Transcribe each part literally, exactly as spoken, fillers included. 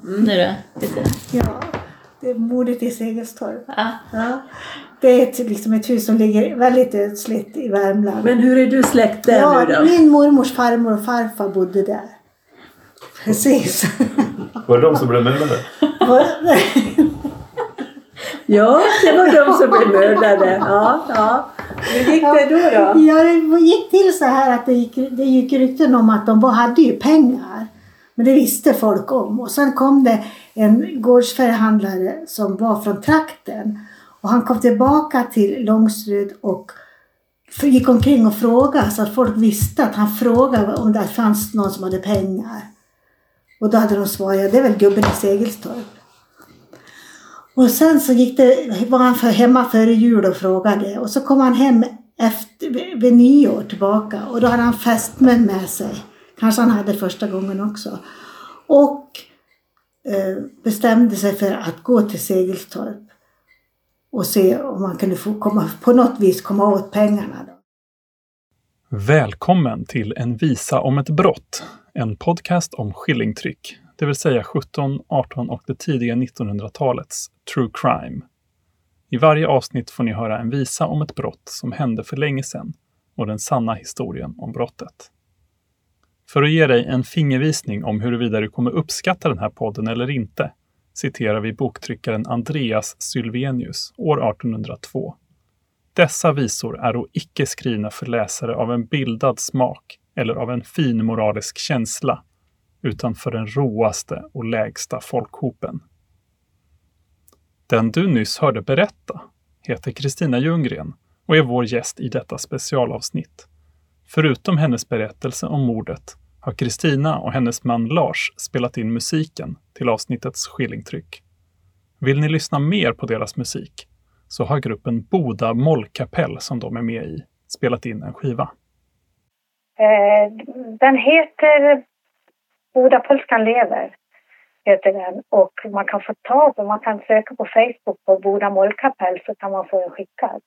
Mm. Nu då? Lite. Ja, det är mordet i Segelstorp. Ja. Ja. Det är ett, liksom ett hus som ligger väldigt ödsligt i Värmland. Men hur är du släkt där ja, nu då? Min mormors farmor och farfar bodde där. Precis. Var det de som blev mördade? Ja, det var de som blev mördade. Ja, ja. Hur gick det då då? Ja, det gick till så här att det gick, det gick rykten om att de hade ju pengar. Men det visste folk om. Och sen kom det en gårdsförhandlare som var från trakten. Och han kom tillbaka till Långserud och gick omkring och frågade så att folk visste att han frågade om det fanns någon som hade pengar. Och då hade de svarat, det är väl gubben i Segelstorp. Och sen så gick det, var han för, hemma före jul och frågade. Och så kom han hem efter, vid nyår tillbaka. Och då hade han fästmän med sig. Kanske han hade första gången också. Och eh, bestämde sig för att gå till Segelstorp. Och se om man kunde få komma, på något vis komma åt pengarna då. Välkommen till En visa om ett brott. En podcast om skillingtryck. Det vill säga sjutton-, arton- och det tidiga nittonhundratalets true crime. I varje avsnitt får ni höra en visa om ett brott som hände för länge sedan och den sanna historien om brottet. För att ge dig en fingervisning om huruvida du kommer uppskatta den här podden eller inte citerar vi boktryckaren Andreas Sylvenius år artonhundratvå. Dessa visor är då icke skrivna för läsare av en bildad smak eller av en fin moralisk känsla, utan för den roaste och lägsta folkhopen. Den du nyss hörde berätta heter Kristina Ljunggren och är vår gäst i detta specialavsnitt. Förutom hennes berättelse om mordet har Kristina och hennes man Lars spelat in musiken till avsnittets skillingtryck. Vill ni lyssna mer på deras musik så har gruppen Boda Mollkapell som de är med i spelat in en skiva. Eh, den heter Boda Polskan lever heter den, och man kan få tag på, man kan söka på Facebook på Boda Mollkapell så kan man få den skickad.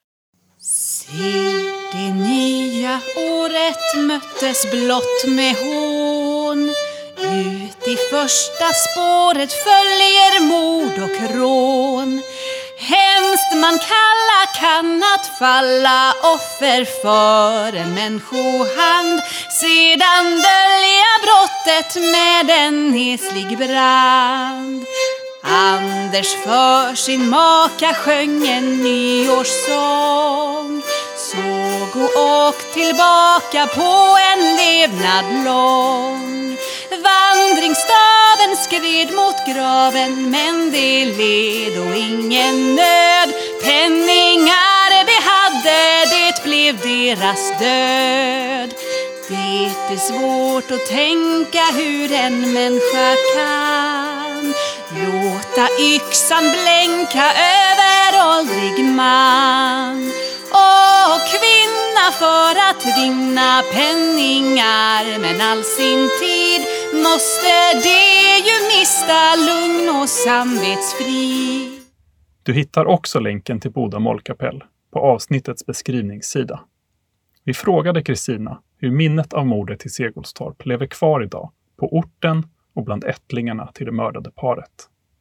Se, det nya året möttes blott med hån. Ut i första spåret följer mord och rån. Hemskt man kalla kan att falla offer för en människohand. Sedan dölja brottet med en neslig brand. Anders för sin maka sjöng en nyårssång. Såg och åk tillbaka på en levnad lång. Vandringsstaven skred mot graven, men det led och ingen nöd. Penningar de hade, det blev deras död. Det är svårt att tänka hur en människa kan låta yxan blänka över åldrig man. Och kvinna för att vinna penningar, men all sin tid måste det ju mista lugn och samvetsfrid. Du hittar också länken till Boda Mollkapell på avsnittets beskrivningssida. Vi frågade Kristina hur minnet av mordet i Segelstorp lever kvar idag på orten och bland ättlingarna till det mördade paret.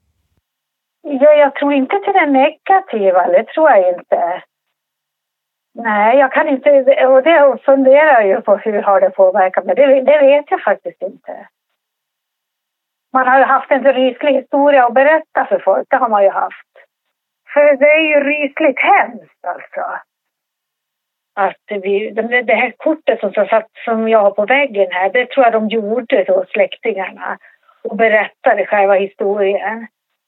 Ja, jag tror inte till det negativa, det tror jag inte. Nej, jag kan inte, och det funderar ju på hur har det påverkat mig, det, det vet jag faktiskt inte. Man har ju haft en ryslig historia att berätta för folk, det har man ju haft. För det är ju rysligt hemskt alltså. Att vi, det här kortet som, som jag har på väggen här, det tror jag de gjorde då, släktingarna. Och berättade själva historien.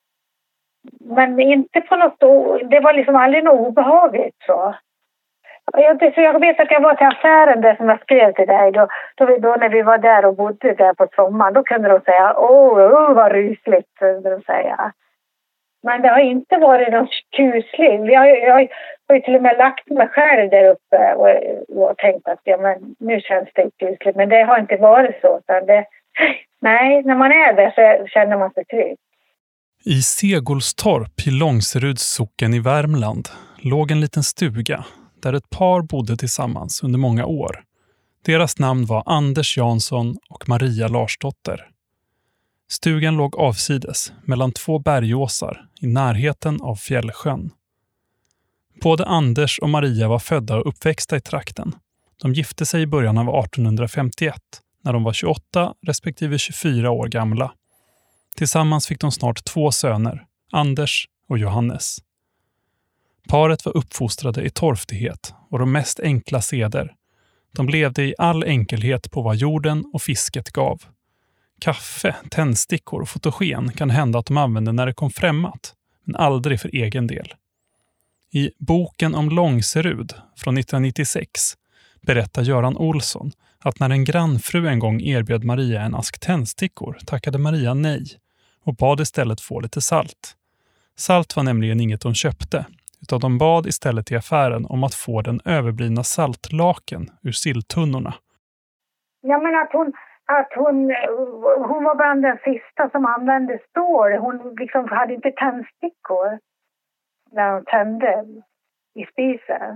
Men inte på något, det var liksom aldrig något obehagligt så. Jag, så jag vet att jag var till affären där som jag skrev till dig. Då, då, då när vi var där och bodde där på sommaren, då kunde de säga, åh, oh, vad rysligt, de säga. Men det har inte varit någon kuslig. Jag, jag, jag har ju till och med lagt mig själv där uppe och, och tänkt att ja, men nu känns det kusligt. Men det har inte varit så. Det, nej, när man är där så känner man sig trygg. I Segelstorp i Långseruds socken i Värmland låg en liten stuga där ett par bodde tillsammans under många år. Deras namn var Anders Jansson och Maria Larsdotter. Stugan låg avsides mellan två bergåsar i närheten av Fjällsjön. Både Anders och Maria var födda och uppväxta i trakten. De gifte sig i början av artonhundrafemtioett när de var tjugoåtta respektive tjugofyra år gamla. Tillsammans fick de snart två söner, Anders och Johannes. Paret var uppfostrade i torftighet och de mest enkla seder. De levde i all enkelhet på vad jorden och fisket gav. Kaffe, tändstickor och fotogen kan hända att de använde när det kom främmat, men aldrig för egen del. I boken om Långserud från nittonhundranittiosex berättar Göran Olsson att när en grannfru en gång erbjöd Maria en ask tändstickor tackade Maria nej och bad istället få lite salt. Salt var nämligen inget de köpte, utan de bad istället i affären om att få den överblivna saltlaken ur silltunnorna. Ja, men att hon, att hon, hon var bland den sista som använde stål. Hon liksom hade inte tändstickor när hon tände i spisen.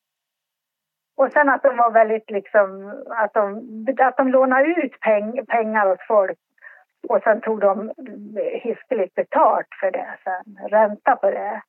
Och sen att de var väldigt liksom, att de, att de lånade ut peng, pengar åt folk. Och sen tog de hiskeligt betalt för det sen, ränta på det.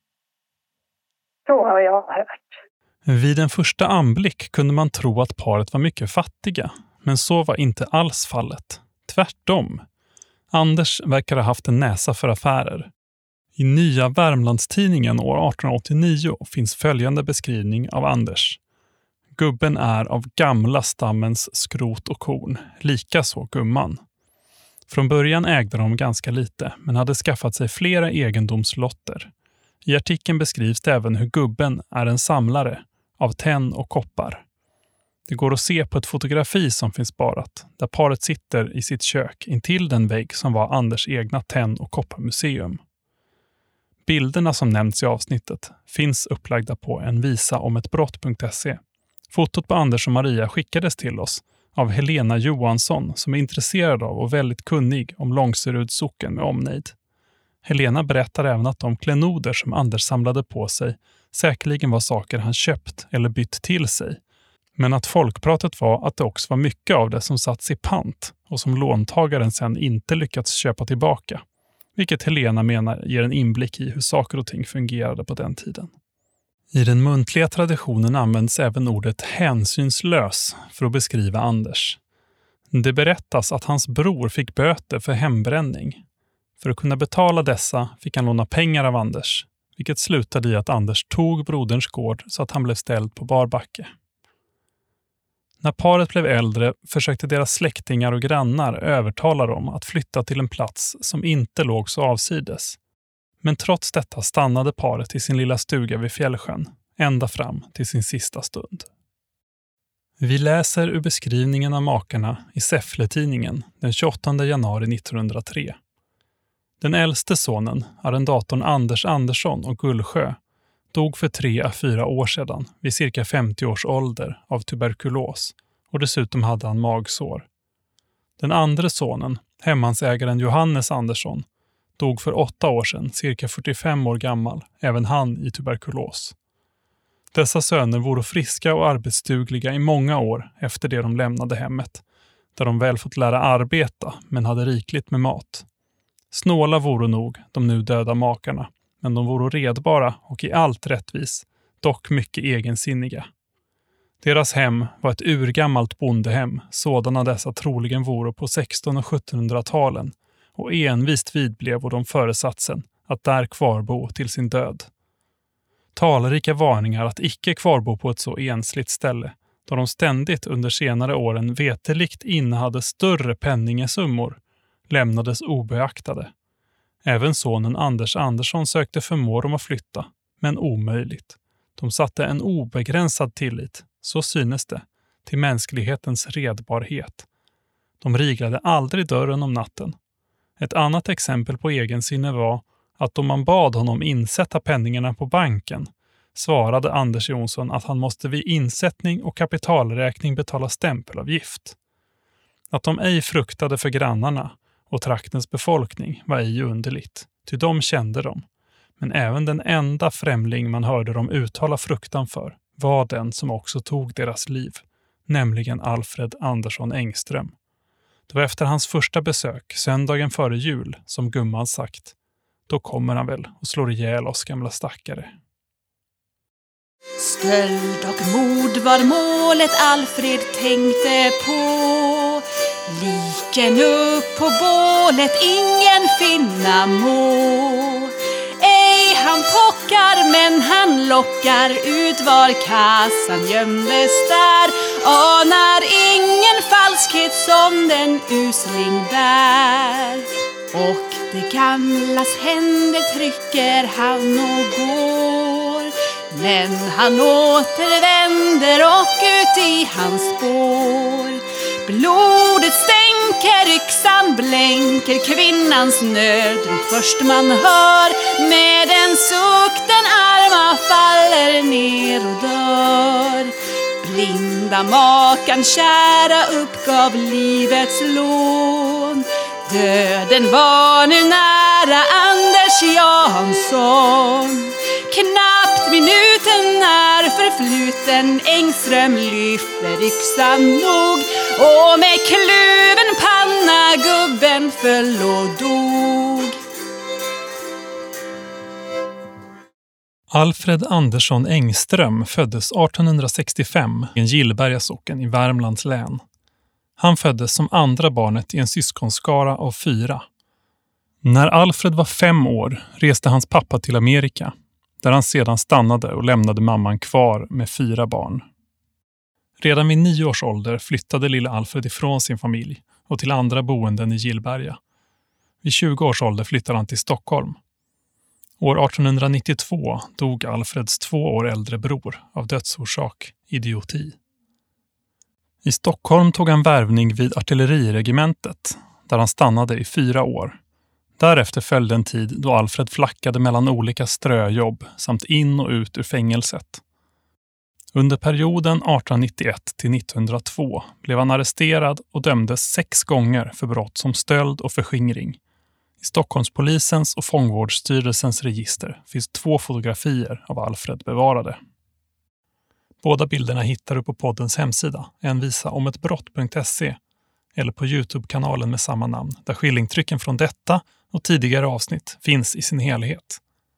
Så har jag hört. Vid en första anblick kunde man tro att paret var mycket fattiga, men så var inte alls fallet. Tvärtom. Anders verkar ha haft en näsa för affärer. I Nya Värmlandstidningen år artonhundraåttionio finns följande beskrivning av Anders. Gubben är av gamla stammens skrot och korn, lika så gumman. Från början ägde de ganska lite, men hade skaffat sig flera egendomslotter. I artikeln beskrivs det även hur gubben är en samlare av tenn och koppar. Det går att se på ett fotografi som finns sparat, där paret sitter i sitt kök intill den vägg som var Anders egna tenn- och kopparmuseum. Bilderna som nämnts i avsnittet finns upplagda på en visa om ett brott punkt se. Fotot på Anders och Maria skickades till oss av Helena Johansson som är intresserad av och väldigt kunnig om Långseruds socken med omnejd. Helena berättar även att de klenoder som Anders samlade på sig säkerligen var saker han köpt eller bytt till sig. Men att folkpratet var att det också var mycket av det som satts i pant och som låntagaren sen inte lyckats köpa tillbaka. Vilket Helena menar ger en inblick i hur saker och ting fungerade på den tiden. I den muntliga traditionen används även ordet hänsynslös för att beskriva Anders. Det berättas att hans bror fick böter för hembränning. För att kunna betala dessa fick han låna pengar av Anders, vilket slutade i att Anders tog broderns gård så att han blev ställd på barbacke. När paret blev äldre försökte deras släktingar och grannar övertala dem att flytta till en plats som inte låg så avsides. Men trots detta stannade paret i sin lilla stuga vid Fjällsjön, ända fram till sin sista stund. Vi läser ur beskrivningen av makarna i Säffle-tidningen den tjugoåttonde januari nittonhundratre. Den äldste sonen, arrendatorn Anders Andersson och Gullsjö, dog för tre à fyra år sedan vid cirka femtio års ålder av tuberkulos och dessutom hade han magsår. Den andra sonen, hemmansägaren Johannes Andersson, dog för åtta år sedan, cirka fyrtiofem år gammal, även han i tuberkulos. Dessa söner vore friska och arbetsdugliga i många år efter det de lämnade hemmet, där de väl fått lära arbeta men hade rikligt med mat. Snåla vore nog de nu döda makarna, men de vore redbara och i allt rättvis, dock mycket egensinniga. Deras hem var ett urgammalt bondehem, sådana dessa troligen vore på sexton- och sjuttonhundratalen, och envist vidblev de föresatsen att där kvarbo till sin död. Talrika varningar att icke kvarbo på ett så ensligt ställe, då de ständigt under senare åren vetelikt innehade större penningesummor, lämnades obeaktade. Även sonen Anders Andersson sökte förmå dem att flytta, men omöjligt. De satte en obegränsad tillit, så synes det, till mänsklighetens redbarhet. De riglade aldrig dörren om natten. Ett annat exempel på egensinne var att om man bad honom insätta penningarna på banken svarade Anders Jonsson att han måste vid insättning och kapitalräkning betala stämpelavgift. Att de ej fruktade för grannarna och traktens befolkning var ej underligt, ty de kände dem. Men även den enda främling man hörde dem uttala fruktan för var den som också tog deras liv, nämligen Alfred Andersson Engström. Det var efter hans första besök, söndagen före jul, som gumman sagt. Då kommer han väl och slår ihjäl oss gamla stackare. Stöld och mord var målet Alfred tänkte på. Liken upp på bålet ingen finna må. Ej han pockar men han lockar ut var kassan gömdes där. Anar ingen falskhet som den usling bär. Och det gamlas händer trycker han och går. Men han återvänder och ut i hans spår. Blodet stänker, yxan blänker, kvinnans nödrop först man hör. Med en suck den arma faller ner och dör. Blinda makan kära uppgav livets lån. Döden var nu nära Anders Jansson. Knappt minuten är förfluten, Engström lyfter yxan nog. Och med kluven panna gubben föll och dog. Alfred Andersson Engström föddes arton sextiofem i en Gillberga socken i Värmlands län. Han föddes som andra barnet i en syskonskara av fyra. När Alfred var fem år reste hans pappa till Amerika, där han sedan stannade och lämnade mamman kvar med fyra barn. Redan vid nio års ålder flyttade lilla Alfred ifrån sin familj och till andra boenden i Gillberga. Vid tjugo års ålder flyttade han till Stockholm. År arton nittiotvå dog Alfreds två år äldre bror av dödsorsak, idioti. I Stockholm tog han värvning vid artilleriregementet, där han stannade i fyra år. Därefter följde en tid då Alfred flackade mellan olika ströjobb samt in och ut ur fängelset. Under perioden arton nittioett till nittonhundratvå blev han arresterad och dömdes sex gånger för brott som stöld och förskingring. I Stockholmspolisens och fångvårdsstyrelsens register finns två fotografier av Alfred bevarade. Båda bilderna hittar du på poddens hemsida, en visa om ett brott punkt se, eller på YouTube-kanalen med samma namn, där skillingtrycken från detta och tidigare avsnitt finns i sin helhet.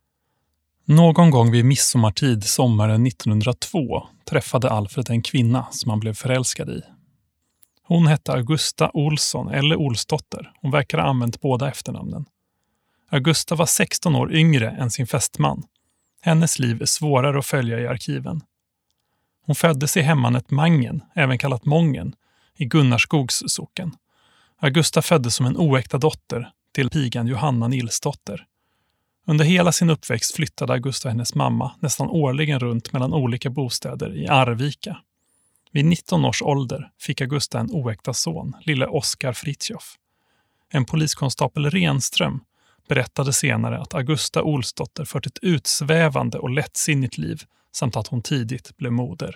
Någon gång vid midsommartid sommaren nittonhundratvå träffade Alfred en kvinna som han blev förälskad i. Hon hette Augusta Olsson eller Olsdotter. Hon verkar ha använt båda efternamnen. Augusta var sexton år yngre än sin fästman. Hennes liv är svårare att följa i arkiven. Hon föddes i hemmanet Mangen, även kallat Mången, i Gunnarskogs socken. Augusta föddes som en oäkta dotter till pigan Johanna Nilsdotter. Under hela sin uppväxt flyttade Augusta och hennes mamma nästan årligen runt mellan olika bostäder i Arvika. Vid nitton års ålder fick Augusta en oäkta son, lille Oskar Fritjof. En poliskonstapel Renström berättade senare att Augusta Olsdotter fört ett utsvävande och lättsinnigt liv samt att hon tidigt blev moder.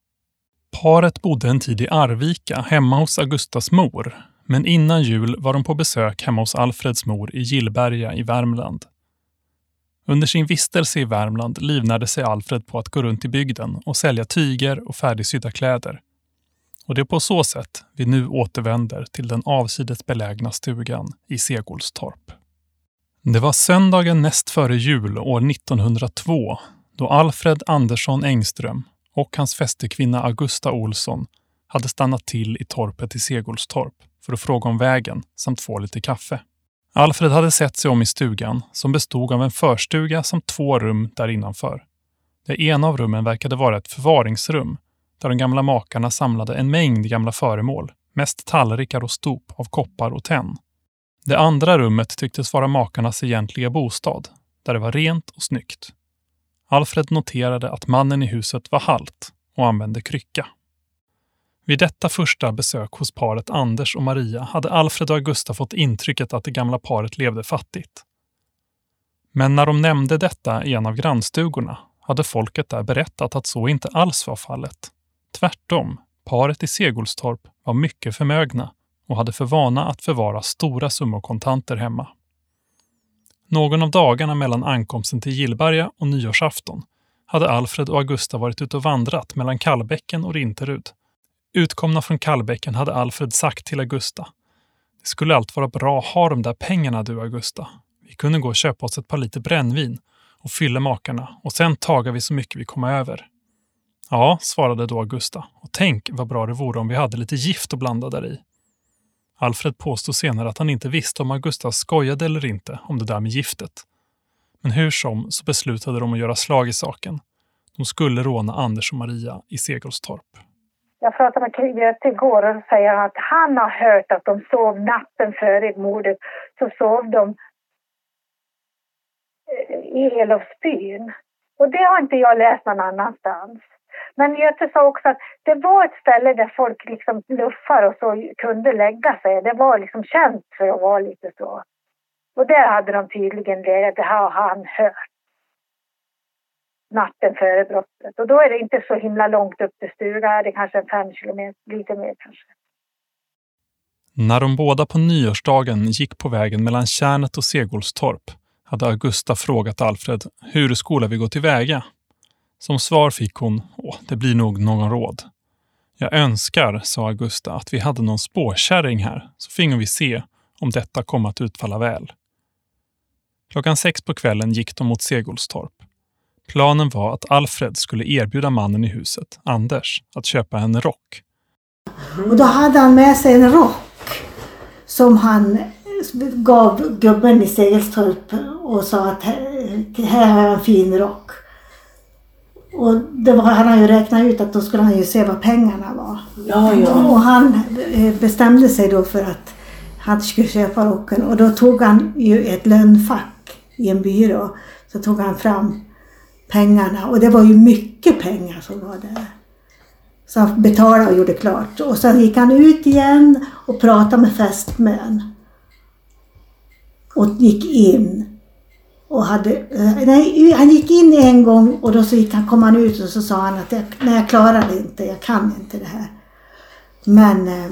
Paret bodde en tid i Arvika hemma hos Augustas mor, men innan jul var de på besök hemma hos Alfreds mor i Gillberga i Värmland. Under sin vistelse i Värmland livnärde sig Alfred på att gå runt i bygden och sälja tyger och färdigsydda kläder. Och det är på så sätt vi nu återvänder till den avsides belägna stugan i Segolstorp. Det var söndagen näst före jul år nittonhundratvå då Alfred Andersson Engström och hans fästekvinna Augusta Olsson hade stannat till i torpet i Segolstorp för att fråga om vägen samt få lite kaffe. Alfred hade sett sig om i stugan som bestod av en förstuga samt två rum där innanför. Det ena av rummen verkade vara ett förvaringsrum där de gamla makarna samlade en mängd gamla föremål, mest tallrikar och stop av koppar och tenn. Det andra rummet tycktes vara makarnas egentliga bostad, där det var rent och snyggt. Alfred noterade att mannen i huset var halt och använde krycka. Vid detta första besök hos paret Anders och Maria hade Alfred och Augusta fått intrycket att det gamla paret levde fattigt. Men när de nämnde detta i en av grannstugorna hade folket där berättat att så inte alls var fallet. Tvärtom, paret i Segolstorp var mycket förmögna och hade för vana att förvara stora summor kontanter hemma. Någon av dagarna mellan ankomsten till Gillberga och nyårsafton hade Alfred och Augusta varit ute och vandrat mellan Kallbäcken och Rinterud. Utkomna från Kallbäcken hade Alfred sagt till Augusta Det skulle allt vara bra att ha de där pengarna du, Augusta. Vi kunde gå och köpa oss ett par liter brännvin och fylla makarna och sen tagar vi så mycket vi kommer över. Ja, svarade då Augusta. Och tänk vad bra det vore om vi hade lite gift att blanda där i. Alfred påstod senare att han inte visste om Augusta skojade eller inte om det där med giftet. Men hur som så beslutade de att göra slag i saken. De skulle råna Anders och Maria i Segelstorp. Jag pratade med Göte igår och säger att han har hört att de sov natten före mordet. Så sov de i Elofsbyn. Och det har inte jag läst någon annanstans. Men Göte sa också att det var ett ställe där folk liksom luffar och så kunde lägga sig. Det var liksom känt för att vara lite så. Och där hade de tydligen legat. Det har han hört. Natten före brottet. Och då är det inte så himla långt upp till stugan. Det är kanske fem kilometer, lite mer kanske. När de båda på nyårsdagen gick på vägen mellan Kärnet och Segelstorp hade Augusta frågat Alfred hur skulle vi gå tillväga. Som svar fick hon, åh, det blir nog någon råd. Jag önskar, sa Augusta, att vi hade någon spårkärring här, så finge vi se om detta kom att utfalla väl. Klockan sex på kvällen gick de mot Segelstorp. Planen var att Alfred skulle erbjuda mannen i huset, Anders, att köpa en rock. Och då hade han med sig en rock som han gav gubben i Segelstorp och sa att här har jag en fin rock. Och det var, han hade ju räknat ut att då skulle han ju se vad pengarna var. Ja, ja. Och han bestämde sig då för att han skulle köpa rocken. Och då tog han ju ett lönnfack i en byrå. Så tog han fram pengarna. Och det var ju mycket pengar som var där. Så han betalade och gjorde klart. Och sen gick han ut igen och pratade med fästmön. Och gick in. Och hade, nej, han gick in en gång och då så gick han, kom han ut och så sa han att jag, nej, jag klarar det inte, jag kan inte det här. Men eh,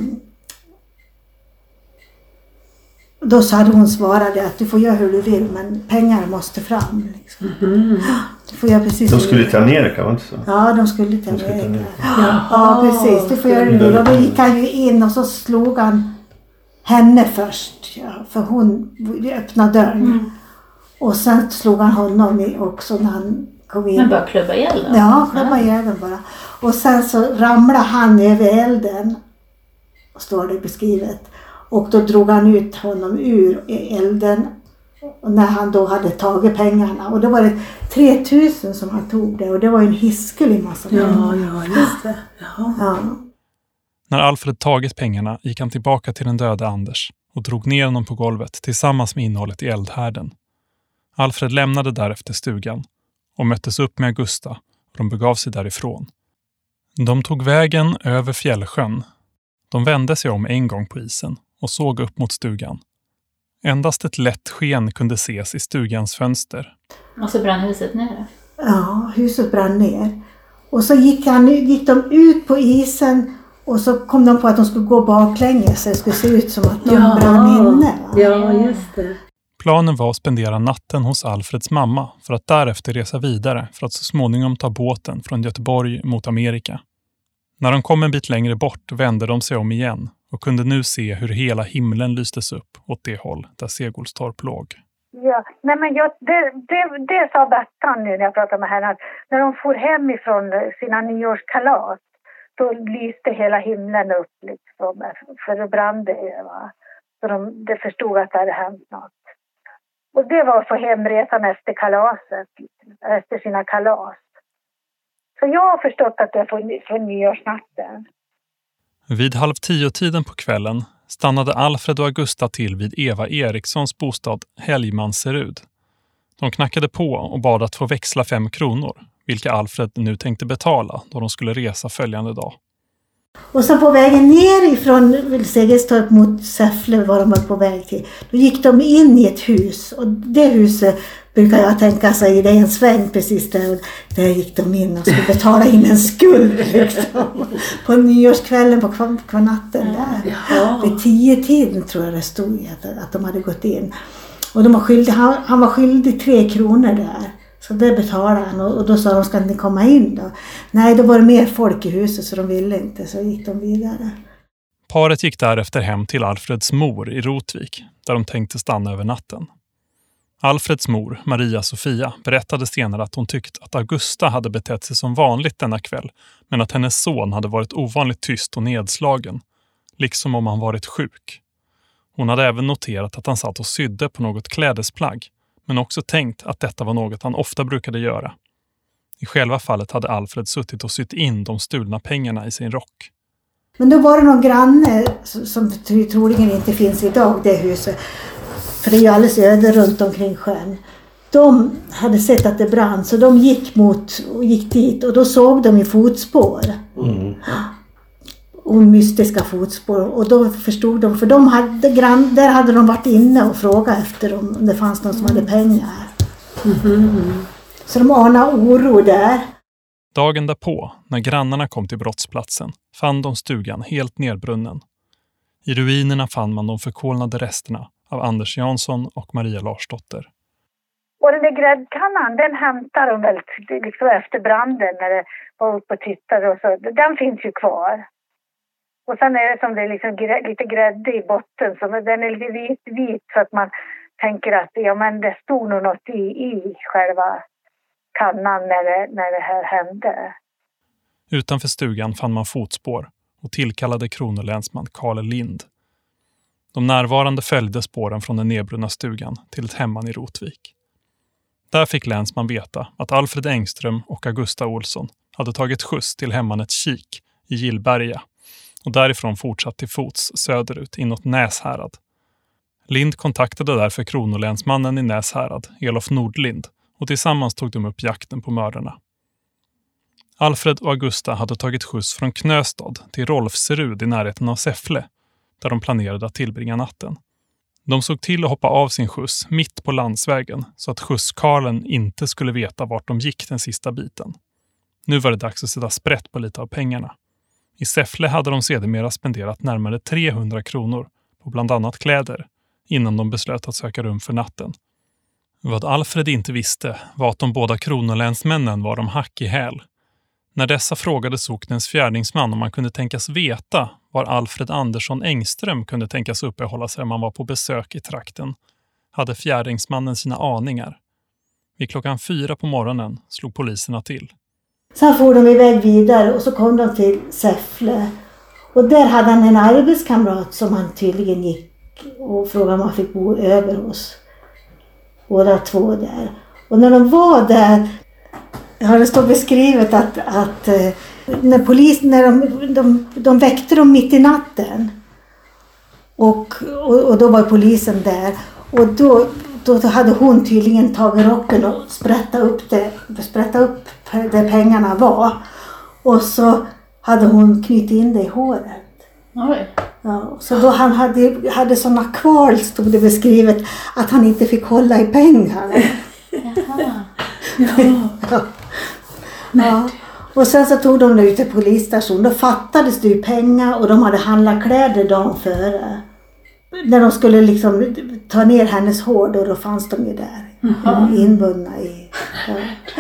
då så hade hon svarat att du får göra hur du vill men pengar måste fram. Liksom. Mm-hmm. Du får göra precis de skulle till Amerika, var inte så? Ja, de skulle till Amerika. Skulle till Amerika. Ja, ja, precis, du får göra hur du vill. Och då gick han ju in och så slog han henne först. Ja, för hon öppnade dörren. Mm. Och sen slog han honom också när han kom in. Men bara klubba ihjäl den? Ja, klubba ihjäl den bara. Och sen så ramlade han över elden. Står det beskrivet. Och då drog han ut honom ur elden. Och när han då hade tagit pengarna. Och då var det tre tusen som han tog det. Och det var ju en hiskelig massa pengar. Ja, ja, just det. Jaha. Ja. När Alfred tagit pengarna gick han tillbaka till den döda Anders. Och drog ner honom på golvet tillsammans med innehållet i eldhärden. Alfred lämnade därefter stugan och möttes upp med Augusta och de begav sig därifrån. De tog vägen över Fjällsjön. De vände sig om en gång på isen och såg upp mot stugan. Endast ett lätt sken kunde ses i stugans fönster. Och så brann huset ner? Ja, huset brann ner. Och så gick, han, gick de ut på isen och så kom de på att de skulle gå baklänges så det skulle se ut som att de ja. brann inne. Va? Ja, just det. Planen var att spendera natten hos Alfreds mamma för att därefter resa vidare för att så småningom ta båten från Göteborg mot Amerika. När de kom en bit längre bort vände de sig om igen och kunde nu se hur hela himlen lystes upp åt det håll där Segelstorp låg. Ja, nej men jag, det, det, det sa Bertan nu när jag pratade med henne att när de for hem ifrån sina nyårskalas då lyste hela himlen upp liksom, för då brann det. Va? Så de, de förstod att det hade hänt något. Och det var för hemresan efter kalaset, efter sina kalas. Så jag har förstått att det är för, för nyårsnatten. Vid halv tio-tiden på kvällen stannade Alfred och Augusta till vid Eva Erikssons bostad Helgmanserud. De knackade på och bad att få växla fem kronor, vilka Alfred nu tänkte betala då de skulle resa följande dag. Och så på vägen ner ifrån Segelstorp mot Säffle var de var på väg till. Då gick de in i ett hus och det huset brukar jag tänka sig, det är en sväng precis där. Där gick de in och skulle betala in en skuld liksom. På nyårskvällen på kvarnatten där. Ja. Vid tio tiden tror jag det stod att, att de hade gått in. Och de var skyldig, han, han var skyldig tre kronor där. Så det betalade han och, och då sa de, ska ni komma in då? Nej, då var det mer folk i huset så de ville inte, så gick de vidare. Paret gick därefter hem till Alfreds mor i Rotvik, där de tänkte stanna över natten. Alfreds mor, Maria Sofia, berättade senare att hon tyckte att Augusta hade betett sig som vanligt denna kväll, men att hennes son hade varit ovanligt tyst och nedslagen, liksom om han varit sjuk. Hon hade även noterat att han satt och sydde på något klädesplagg, men också tänkt att detta var något han ofta brukade göra. I själva fallet hade Alfred suttit och sytt in de stulna pengarna i sin rock. Men då var det någon granne som troligen inte finns idag, det huset. För det är ju alldeles öde runt omkring sjön. De hade sett att det brann, så de gick mot och gick dit. Och då såg de i fotspår. Mm. Och mystiska fotspår. Och då förstod de, för de hade, grann, där hade de varit inne och frågat efter om det fanns någon som hade pengar. Mm. Så de anade oro där. Dagen därpå, när grannarna kom till brottsplatsen, fann de stugan helt nedbrunnen. I ruinerna fann man de förkolnade resterna av Anders Jansson och Maria Larsdotter. Och den där gräddkannan, den hämtar de väl liksom efter branden när det var uppe och tittade och så. Den finns ju kvar. Och sen är det som det är liksom lite grädde i botten, så den är lite vit, vit så att man tänker att ja, men det stod nog något i, i själva kannan när det, när det här hände. Utanför stugan fann man fotspår och tillkallade kronolänsman Karl Lind. De närvarande följde spåren från den nedbrunna stugan till ett hemman i Rotvik. Där fick länsman veta att Alfred Engström och Augusta Olsson hade tagit skjuts till hemmanet Kik i Gillberga och därifrån fortsatt till fots söderut inåt Näshärad. Lind kontaktade därför kronolänsmannen i Näshärad, Elof Nordlind, och tillsammans tog de upp jakten på mördarna. Alfred och Augusta hade tagit skjuts från Knöstad till Rolfserud i närheten av Säffle, där de planerade att tillbringa natten. De såg till att hoppa av sin skjuts mitt på landsvägen så att skjutskarlen inte skulle veta vart de gick den sista biten. Nu var det dags att sätta sprätt på lite av pengarna. I Säffle hade de sedermera spenderat närmare trehundra kronor på bland annat kläder innan de beslöt att söka rum för natten. Vad Alfred inte visste var att de båda kronolänsmännen var de hack i häl. När dessa frågade socknens fjärdingsman om han kunde tänkas veta var Alfred Andersson Engström kunde tänkas uppehålla sig om han var på besök i trakten, hade fjärdingsmannen sina aningar. Vid klockan fyra på morgonen slog poliserna till. Sen får de iväg vidare och så kom de till Säffle. Och där hade han en arbetskamrat som han tydligen gick och frågade om han fick bo över hos. Båda två där. Och när de var där har det stått beskrivet att, att när polisen, när de, de, de väckte dem mitt i natten. Och, och, och då var polisen där. Och då, då hade hon tydligen tagit rocken och sprättat upp det, sprättat upp där pengarna var. Och så hade hon knutit in det i håret. Oj. Ja, så då han hade, hade sådana kval, stod det beskrivet, att han inte fick hålla i pengar. Jaha. Ja. Ja. Och sen så tog de det ut till polisstation. Då fattades det ju pengar och de hade handlat kläder dagen före. När de skulle liksom ta ner hennes hår, då, då fanns de ju där. Mm. Inbundna i... Ja.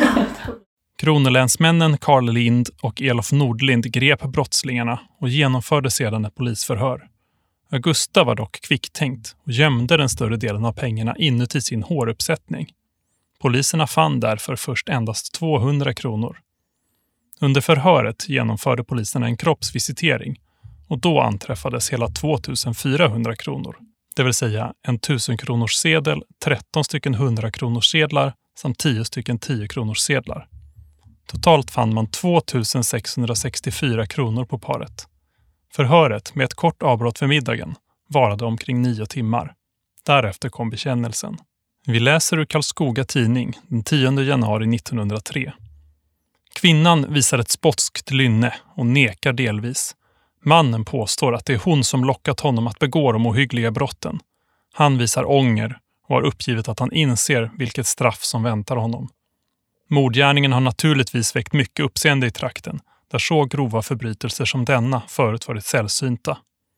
Kronolänsmännen Karl Lind och Elof Nordlind grep brottslingarna och genomförde sedan ett polisförhör. Augusta var dock kvicktänkt och gömde den större delen av pengarna inuti sin håruppsättning. Poliserna fann därför först endast tvåhundra kronor. Under förhöret genomförde poliserna en kroppsvisitering och då anträffades hela tvåtusenfyrahundra kronor. Det vill säga en tusen kronors sedel, tretton stycken hundra kronors sedlar samt tio stycken tio kronors sedlar. Totalt fann man tvåtusensexhundrasextiofyra kronor på paret. Förhöret med ett kort avbrott för middagen varade omkring nio timmar. Därefter kom bekännelsen. Vi läser ur Karlskoga tidning den tionde januari nittonhundratre. Kvinnan visar ett spotskt lynne och nekar delvis. Mannen påstår att det är hon som lockat honom att begå de ohyggliga brotten. Han visar ånger och har uppgivit att han inser vilket straff som väntar honom. Mordgärningen har naturligtvis väckt mycket uppseende i trakten, där så grova förbrytelser som denna förut varit sällsynta.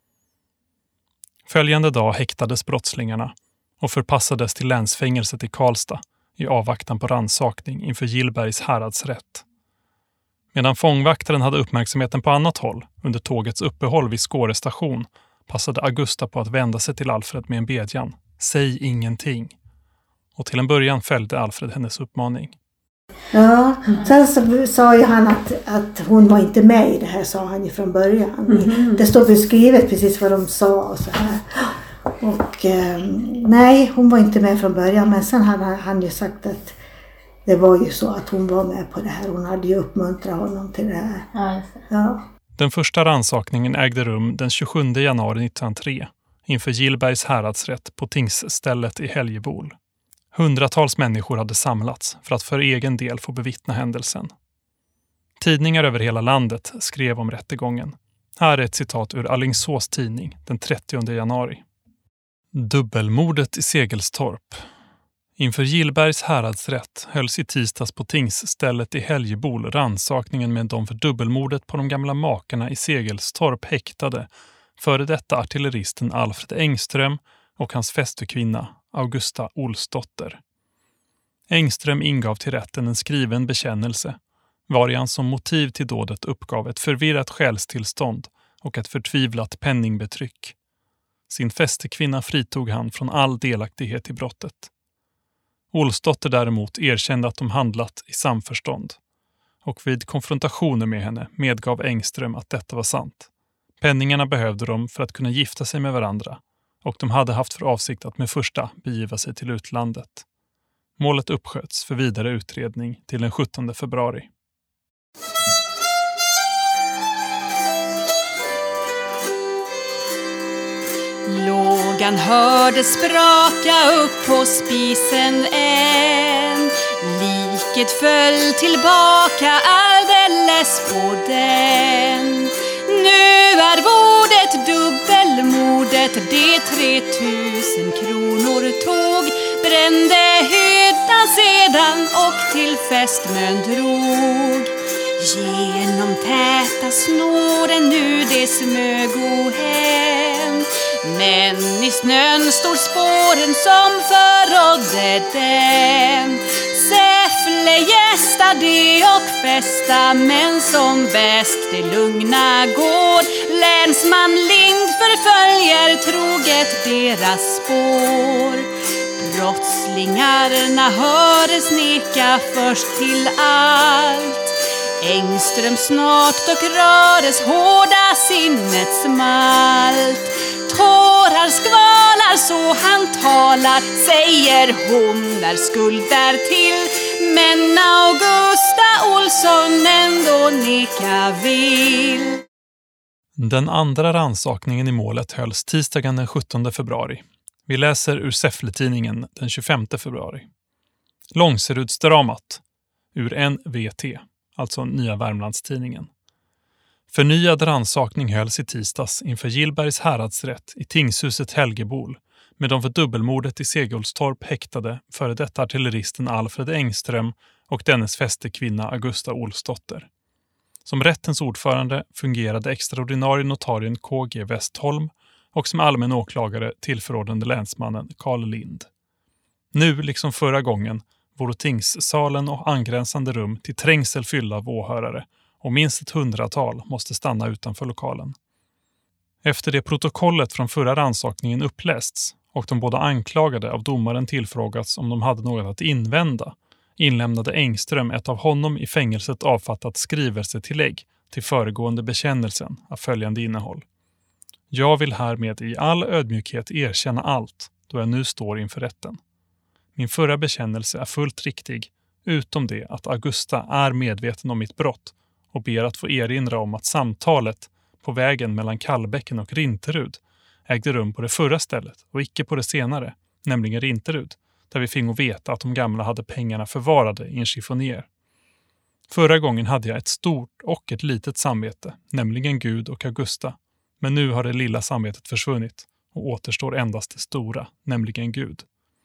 Följande dag häktades brottslingarna och förpassades till länsfängelset i Karlstad i avvaktan på rannsakning inför Gillbergs häradsrätt. Medan fångvaktaren hade uppmärksamheten på annat håll under tågets uppehåll vid Skåre station passade Augusta på att vända sig till Alfred med en bedjan. Säg ingenting. Och till en början följde Alfred hennes uppmaning. Ja, sen så sa ju han att, att hon var inte med i det här, sa han ju från början. Mm. Det står beskrivet precis vad de sa och så här. Och eh, nej, hon var inte med från början, men sen hade han ju sagt att det var ju så att hon var med på det här. Hon hade ju uppmuntrat honom till det här. Ja. Ja. Den första rannsakningen ägde rum den tjugosjunde januari nittonhundratre inför Gillbergs häradsrätt på tingsstället i Häljebol. Hundratals människor hade samlats för att för egen del få bevittna händelsen. Tidningar över hela landet skrev om rättegången. Här är ett citat ur Alingsås tidning den trettionde januari. Dubbelmordet i Segelstorp. Inför Gillbergs häradsrätt hölls i tisdags på tingsstället i Häljebol rannsakningen med de för dubbelmordet på de gamla makarna i Segelstorp häktade, före detta artilleristen Alfred Engström och hans fästekvinna Augusta Olsdotter. Engström ingav till rätten en skriven bekännelse, vari han som motiv till dådet uppgav ett förvirrat själstillstånd och ett förtvivlat penningbetryck. Sin fästekvinna fritog han från all delaktighet i brottet. Olsdotter däremot erkände att de handlat i samförstånd, och vid konfrontationer med henne medgav Engström att detta var sant. Penningarna behövde de för att kunna gifta sig med varandra, och de hade haft för avsikt att med första begiva sig till utlandet. Målet uppsköts för vidare utredning till den sjuttonde februari. Lågan hördes spraka upp på spisen än. Liket föll tillbaka alldeles på den. Nu är vordet dubbelmordet, det tre tusen kronor tog. Brände hyddan sedan och till fästmön drog. Genom täta snåren nu det smög hem. Men i snön står spåren som förrådde dem. Säffle gästade och festa, men som bäst det lugna går. Länsman Lind förföljer troget deras spår. Brottslingarna höres neka först till allt. Engström snart och röres hårda sinnet smalt. Tårar skvalar så han talar, säger hon är skuld därtill. Men Augusta Olsson ändå neka vill. Den andra rannsakningen i målet hölls tisdagen den sjuttonde februari. Vi läser ur Säffle-tidningen den tjugofemte februari. Långserudsdramat ur N V T, alltså Nya Värmlandstidningen. Förnyad rannsakning hölls i tisdags inför Gillbergs häradsrätt i tingshuset Helgebol med de för dubbelmordet i Segelstorp häktade före detta artilleristen Alfred Engström och dennes fästekvinna Augusta Olsdotter. Som rättens ordförande fungerade extraordinarie notarien K G Westholm och som allmän åklagare tillförordnade länsmannen Carl Lind. Nu, liksom förra gången, vore tingssalen och angränsande rum till trängsel fyllda av åhörare och minst ett hundratal måste stanna utanför lokalen. Efter det protokollet från förra rannsakningen upplästs och de båda anklagade av domaren tillfrågats om de hade något att invända, inlämnade Engström ett av honom i fängelset avfattat skrivelsetillägg till föregående bekännelsen av följande innehåll. Jag vill härmed i all ödmjukhet erkänna allt då jag nu står inför rätten. Min förra bekännelse är fullt riktig, utom det att Augusta är medveten om mitt brott och ber att få erinra om att samtalet på vägen mellan Kallbäcken och Rinterud ägde rum på det förra stället och icke på det senare, nämligen Rinterud, där vi fick veta att de gamla hade pengarna förvarade i en chiffonier. Förra gången hade jag ett stort och ett litet samvete, nämligen Gud och Augusta, men nu har det lilla samvetet försvunnit och återstår endast det stora, nämligen Gud.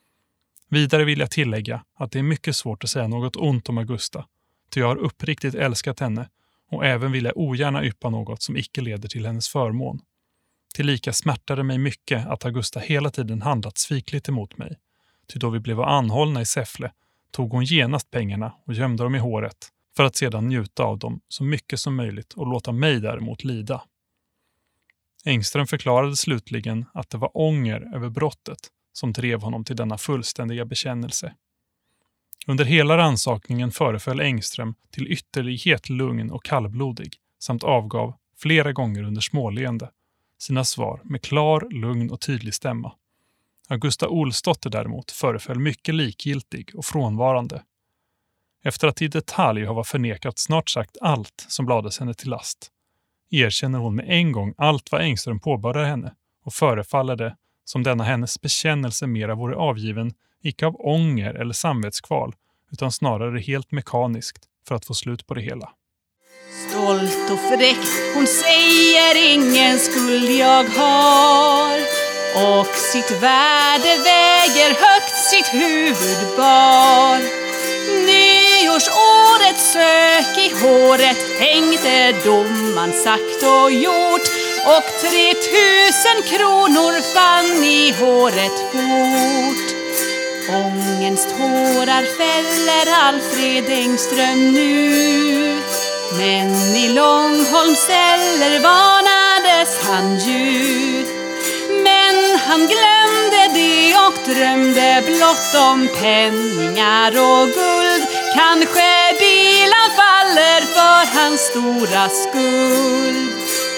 Vidare vill jag tillägga att det är mycket svårt att säga något ont om Augusta, ty jag har uppriktigt älskat henne och även vill jag ogärna yppa något som icke leder till hennes förmån. Tillika smärtade mig mycket att Augusta hela tiden handlat svikligt emot mig, ty då vi blev anhållna i Säffle tog hon genast pengarna och gömde dem i håret för att sedan njuta av dem så mycket som möjligt och låta mig däremot lida. Engström förklarade slutligen att det var ånger över brottet som drev honom till denna fullständiga bekännelse. Under hela rannsakningen föreföll Engström till ytterlighet lugn och kallblodig samt avgav flera gånger under småleende sina svar med klar, lugn och tydlig stämma. Augusta Olsdotter däremot föreföll mycket likgiltig och frånvarande. Efter att i detalj ha förnekat snart sagt allt som lades henne till last, erkänner hon med en gång allt vad Engström påbörjade henne och förefaller det som denna hennes bekännelse mera vore avgiven icke av ånger eller samvetskval utan snarare helt mekaniskt för att få slut på det hela. Stolt och fräck, hon säger ingen skuld jag har, och sitt värde väger högt sitt huvud bar. Nyårsåret sök i håret, tänkte domaren sagt och gjort, och tre tusen kronor fann i håret fort. Ångens tårar fäller Alfred Engström nu, men i Långholms celler varnades han ju. Men han glömde det och drömde blott om penningar och guld. Kanske bilan faller för hans stora skuld.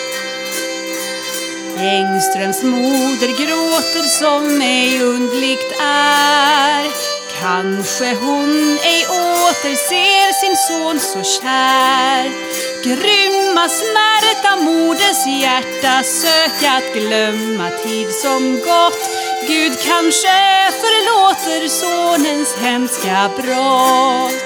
Engströms moder gråter som ej undligt är. Kanske hon ej återser sin son så kär. Grymma smärta moders hjärta söka att glömma tid som gått. Gud kanske förlåter sonens hemska brott.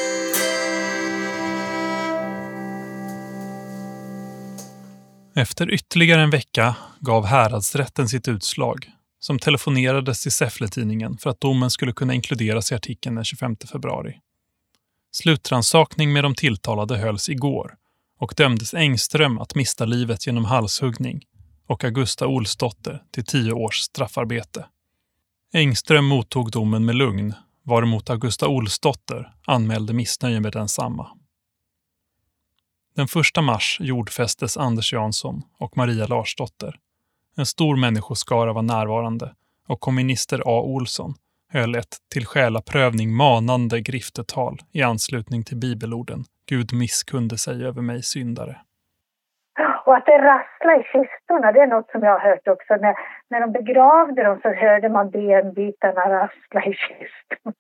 Efter ytterligare en vecka gav häradsrätten sitt utslag, som telefonerades till Säffle-tidningen för att domen skulle kunna inkluderas i artikeln den tjugofemte februari. Slutrannsakning med de tilltalade hölls igår och dömdes Engström att mista livet genom halshuggning och Augusta Olsdotter till tio års straffarbete. Engström mottog domen med lugn, varemot Augusta Olsdotter anmälde missnöje med densamma. Den första mars jordfästes Anders Jansson och Maria Larsdotter. En stor människoskara var närvarande och komminister A. Olsson höll ett till själaprövning manande griftetal i anslutning till bibelorden Gud misskunde sig över mig syndare. Och att det rasslar i kistorna, det är något som jag har hört också. När, när de begravde dem så hörde man benbitarna rassla i kistorna.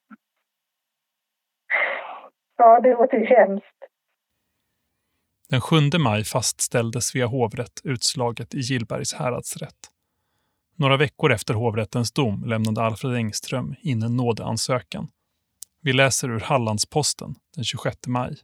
Ja, det låter hemskt. Den sjunde maj fastställde Svea hovrätt utslaget i Gillbergs häradsrätt. Några veckor efter hovrättens dom lämnade Alfred Engström in en nådeansökan. Vi läser ur Hallandsposten den tjugosjätte maj.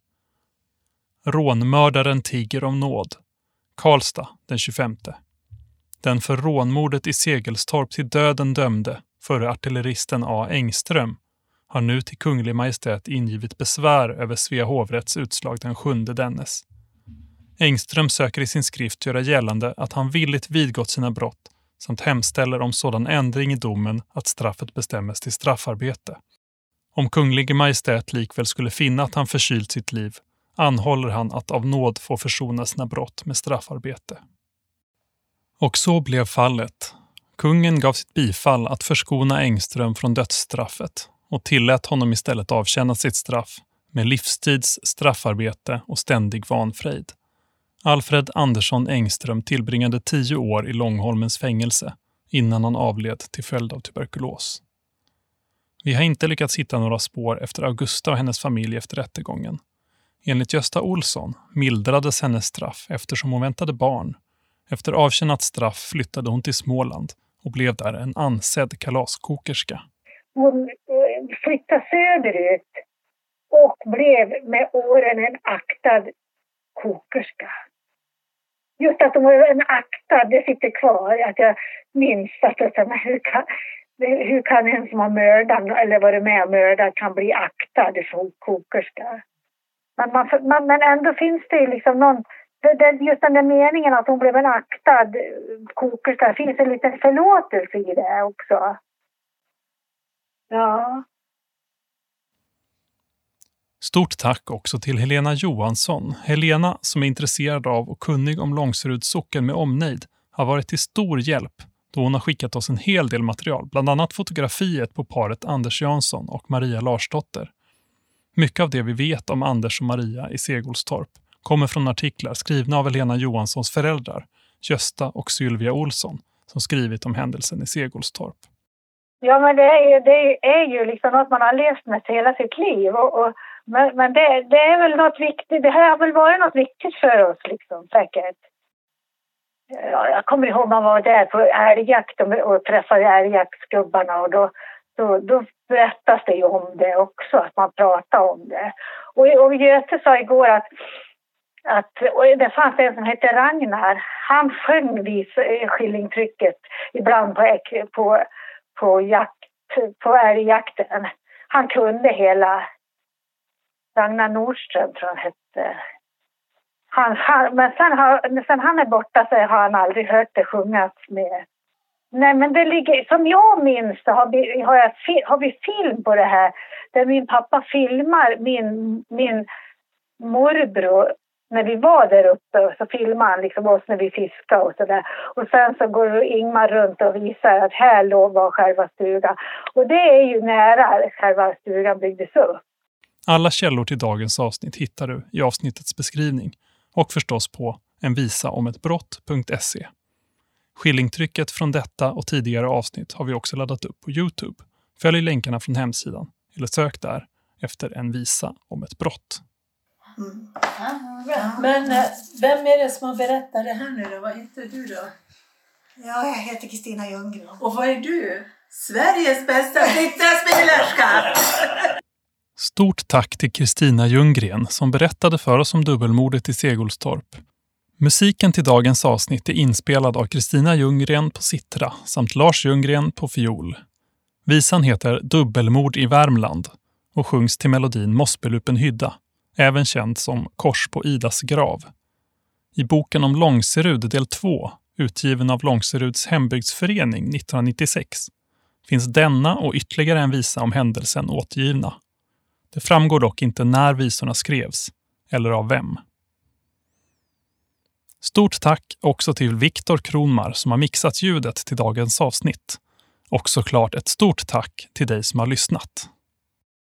Rånmördaren tiger om nåd. Karlstad den tjugofemte. Den för rånmordet i Segelstorp till döden dömde förre artilleristen A. Engström har nu till kunglig majestät ingivit besvär över Svea hovrätts utslag den sjunde dennes. Engström söker i sin skrift göra gällande att han villigt vidgått sina brott samt hemställer om sådan ändring i domen att straffet bestämmes till straffarbete. Om kunglig majestät likväl skulle finna att han förkylt sitt liv anhåller han att av nåd få försona sina brott med straffarbete. Och så blev fallet. Kungen gav sitt bifall att förskona Engström från dödsstraffet och tillät honom istället avtjäna sitt straff med livstids straffarbete och ständig vanfrejd. Alfred Andersson Engström tillbringade tio år i Långholmens fängelse innan han avled till följd av tuberkulos. Vi har inte lyckats hitta några spår efter Augusta och hennes familj efter rättegången. Enligt Gösta Olsson mildrades hennes straff eftersom hon väntade barn. Efter avtjänat straff flyttade hon till Småland och blev där en ansedd kalaskokerska. Hon flyttade söderut och blev med åren en aktad kokerska. Just att hon var en aktad, det sitter kvar. Att jag minns att jag, hur, kan, hur kan en som har mördat eller varit med och mördat kan bli aktad som kokerska? Men, man, man, men ändå finns det liksom någon, just den där meningen att hon blev en aktad kokerska, finns det en liten förlåtelse i det också. Ja. Stort tack också till Helena Johansson. Helena, som är intresserad av och kunnig om Långseruds socken med omnejd, har varit till stor hjälp då hon har skickat oss en hel del material, bland annat fotografiet på paret Anders Jansson och Maria Larsdotter. Mycket av det vi vet om Anders och Maria i Segolstorp kommer från artiklar skrivna av Helena Johanssons föräldrar, Gösta och Sylvia Olsson, som skrivit om händelsen i Segolstorp. Ja, men det är ju, det är ju liksom något man har levt med hela sitt liv. Och, och, men men det, det är väl något viktigt, det här har väl varit något viktigt för oss liksom, säkert. Ja, jag kommer ihåg man var där på älgjakt och, och träffade älgjaktsgubbarna och då, då, då berättas det ju om det också, att man pratar om det. Och, och Göte sa igår att, att och det fanns en som hette Ragnar, han sjöng vis skillingtrycket ibland på, på, på, jakt, på älgjakten. Han kunde hela, Ragnar Nordström tror jag han hette. Han, han, men sen, har, sen han är borta så har han aldrig hört det sjungas med. Nej, men det ligger, som jag minns så har vi, har, jag, har vi film på det här där min pappa filmar min, min morbror när vi var där uppe, så filmar han liksom oss när vi fiskade och sådär. Och sen så går Ingmar runt och visar att här låg var själva stugan. Och det är ju nära själva stugan byggdes upp. Alla källor till dagens avsnitt hittar du i avsnittets beskrivning och förstås på en visa om ett brott punkt se. Skillingtrycket från detta och tidigare avsnitt har vi också laddat upp på YouTube. Följ länkarna från hemsidan eller sök där efter en visa om ett brott. Mm. Men vem är det som har berättat det här nu då? Vad heter du då? Ja, jag heter Kristina Ljunggren. Och vad är du? Sveriges bästa flyttaspelerska! Stort tack till Kristina Ljunggren som berättade för oss om dubbelmordet i Segolstorp. Musiken till dagens avsnitt är inspelad av Kristina Ljunggren på citra samt Lars Ljunggren på fiol. Visan heter Dubbelmord i Värmland och sjungs till melodin Mossbelupen hydda, även känd som Kors på Idas grav. I boken om Långserud del två, utgiven av Långseruds hembygdsförening nittonhundranittiosex, finns denna och ytterligare en visa om händelsen återgivna. Det framgår dock inte när visorna skrevs eller av vem. Stort tack också till Viktor Kronmar som har mixat ljudet till dagens avsnitt. Och såklart ett stort tack till dig som har lyssnat.